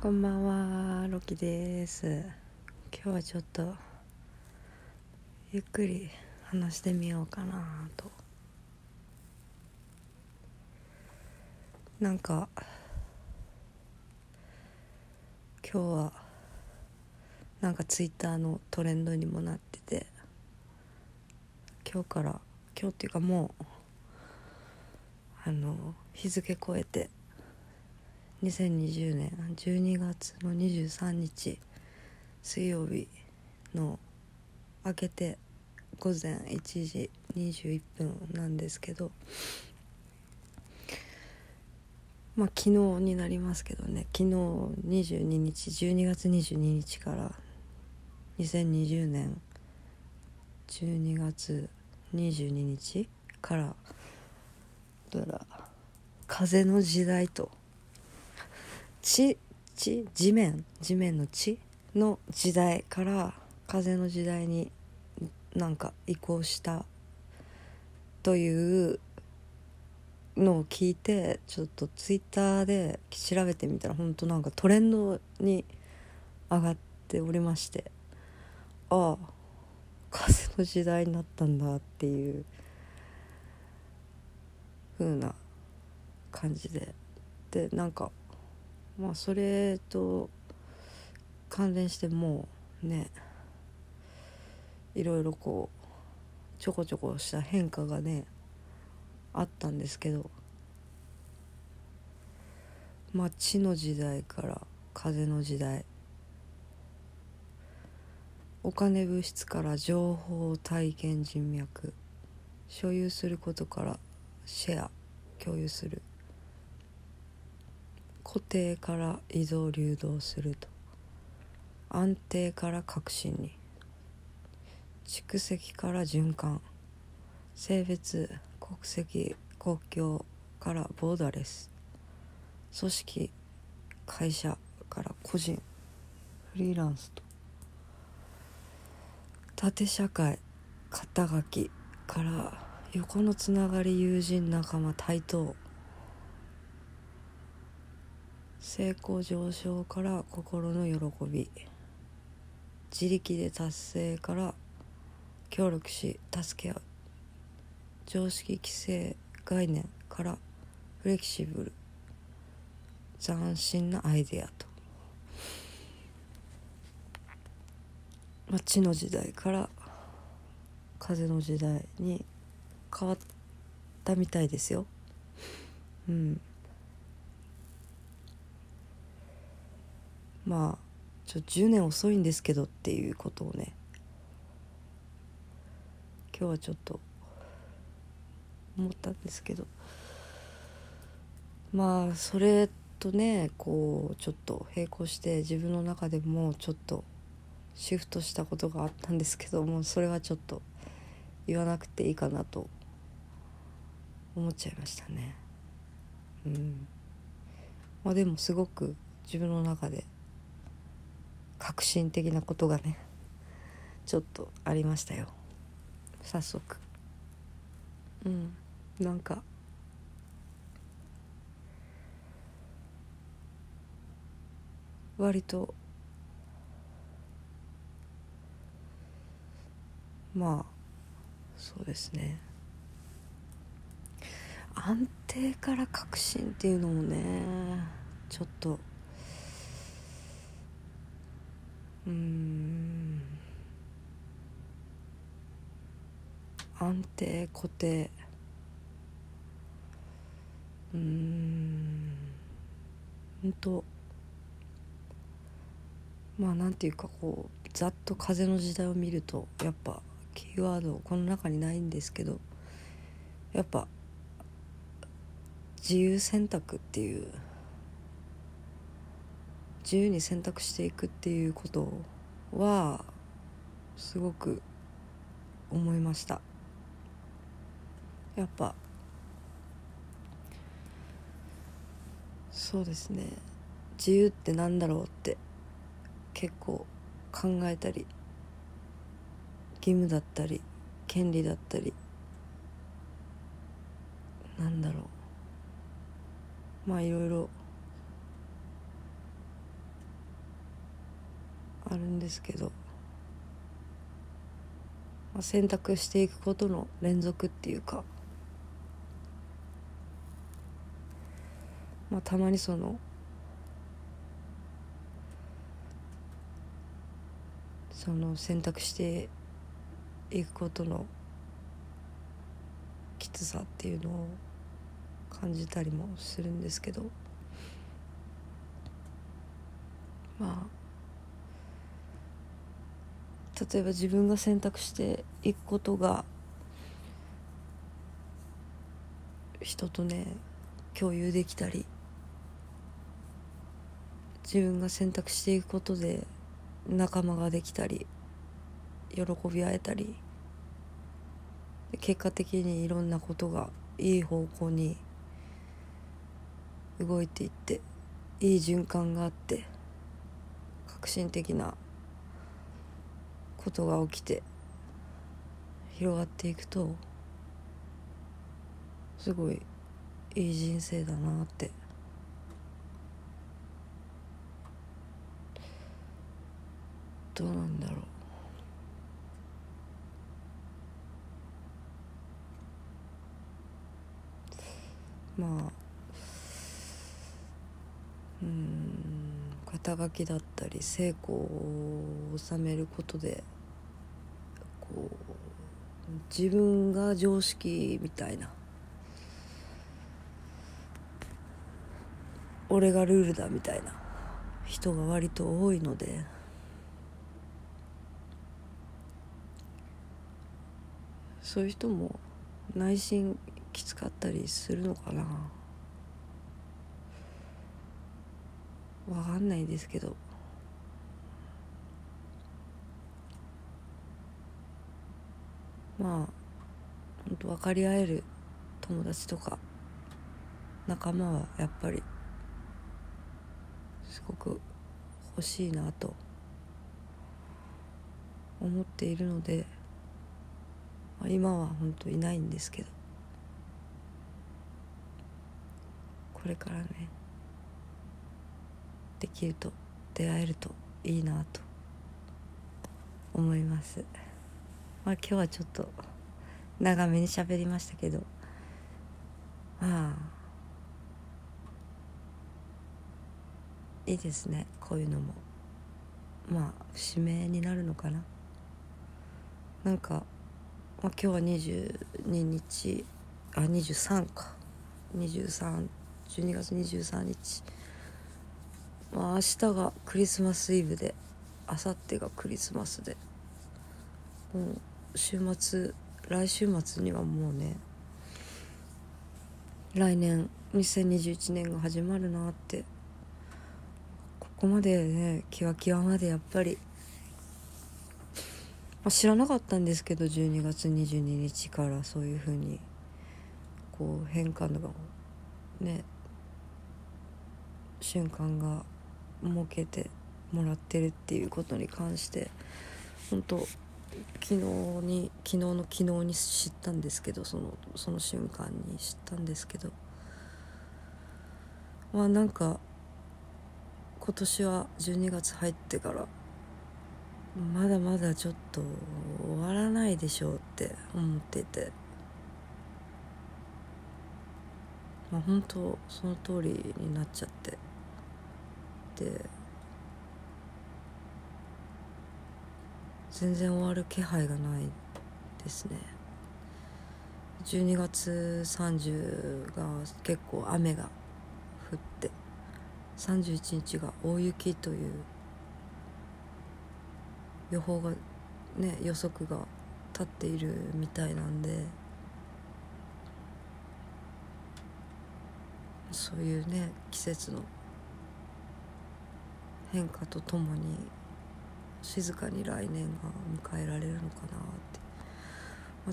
こんばんは、ロキです。今日はちょっとゆっくり話してみようかなと。なんか今日はなんかツイッターのトレンドにもなってて、今日っていうかもう日付超えて2020年12月の23日水曜日の明けて午前1時21分なんですけど、昨日になりますけどね、昨日22日12月22日から2020年12月22日からどうやら風の時代と地面の地の時代から風の時代になんか移行したというのを聞いて、ちょっとツイッターで調べてみたら本当なんかトレンドに上がっておりまして、ああ風の時代になったんだっていう風な感じでなんかそれと関連してもうね、いろいろこうちょこちょこした変化がねあったんですけど、地の時代から風の時代、お金物質から情報体験人脈、所有することからシェア共有する、固定から移動流動すると、安定から革新に、蓄積から循環、性別国籍国境からボーダレス、組織会社から個人フリーランスと、縦社会肩書きから横のつながり友人仲間対等、成功上昇から心の喜び、自力で達成から協力し助け合う、常識規制概念からフレキシブル斬新なアイデアと、地の時代から風の時代に変わったみたいですよ。10年遅いんですけどっていうことをね、今日はちょっと思ったんですけど、それとねこうちょっと並行して自分の中でもちょっとシフトしたことがあったんですけども、それはちょっと言わなくていいかなと思っちゃいましたね。でもすごく自分の中で革新的なことがねちょっとありましたよ、早速。なんか割とそうですね、安定から革新っていうのもねちょっと安定固定なんていうかこうざっと風の時代を見るとやっぱキーワードこの中にないんですけど、やっぱ自由選択っていう、自由に選択していくっていうことはすごく思いました。やっぱそうですね、自由ってなんだろうって結構考えたり、義務だったり権利だったりなんだろういろいろるんですけど、選択していくことの連続っていうか、たまにその選択していくことのきつさっていうのを感じたりもするんですけど、例えば自分が選択していくことが人とね共有できたり、自分が選択していくことで仲間ができたり喜び合えたり、結果的にいろんなことがいい方向に動いていって、いい循環があって、革新的なことが起きて広がっていくと、すごいいい人生だなって。どうなんだろう。肩書きだったり成功を収めることで自分が常識みたいな、俺がルールだみたいな人が割と多いので、そういう人も内心きつかったりするのかな、わかんないですけど、本当分かり合える友達とか仲間はやっぱりすごく欲しいなと思っているので、今は本当いないんですけど、これからねできると出会えるといいなと思います。今日はちょっと長めに喋りましたけど、いいですね、こういうのも。節目になるのかな。なんか、今日は22日23か12月23日、明日がクリスマスイブで、明後日がクリスマスで、もう来週末にはもうね、来年2021年が始まるなって。ここまでね、キワキワまでやっぱり、知らなかったんですけど、12月22日からそういう風に変化のね瞬間が設けてもらってるっていうことに関して、本当昨日の昨日に知ったんですけど、その瞬間に知ったんですけど、なんか今年は12月入ってからまだまだちょっと終わらないでしょうって思っていて、本当その通りになっちゃって、で全然終わる気配がないですね。12月30が結構雨が降って、31日が大雪という予測が立っているみたいなんで、そういうね季節の変化とともに静かに来年が迎えられるのかなって、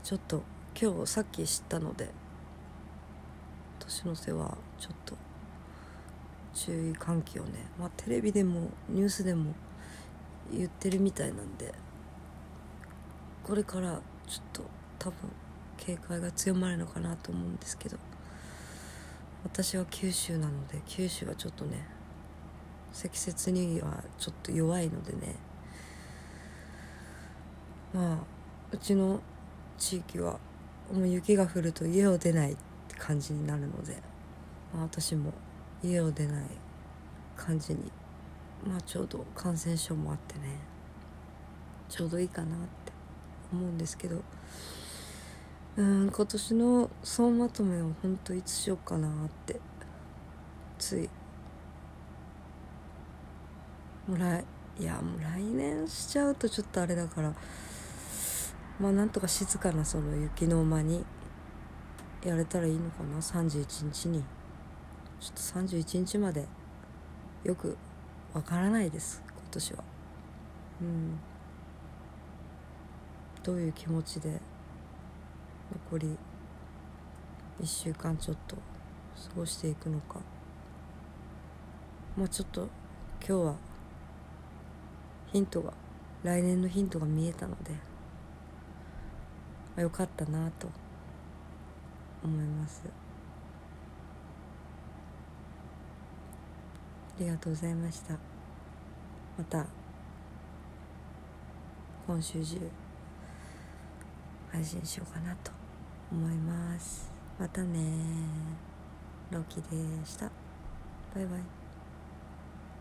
ちょっと今日さっき知ったので、年の瀬はちょっと注意喚起をね、テレビでもニュースでも言ってるみたいなんで、これからちょっと多分警戒が強まるのかなと思うんですけど、私は九州なので、九州はちょっとね積雪にはちょっと弱いのでね、 まあうちの地域はもう雪が降ると家を出ないって感じになるので、私も家を出ない感じに、ちょうど感染症もあってね、ちょうどいいかなって思うんですけど、今年の総まとめを本当いつしようかなってついもう来年しちゃうとちょっとあれだから、なんとか静かなその雪の間にやれたらいいのかな。31日にちょっと31日までよくわからないです今年は。どういう気持ちで残り1週間ちょっと過ごしていくのか、ちょっと今日は来年のヒントが見えたので、よかったなと思います。ありがとうございました。また今週中配信しようかなと思います。またね。ロキでした。バイバイ。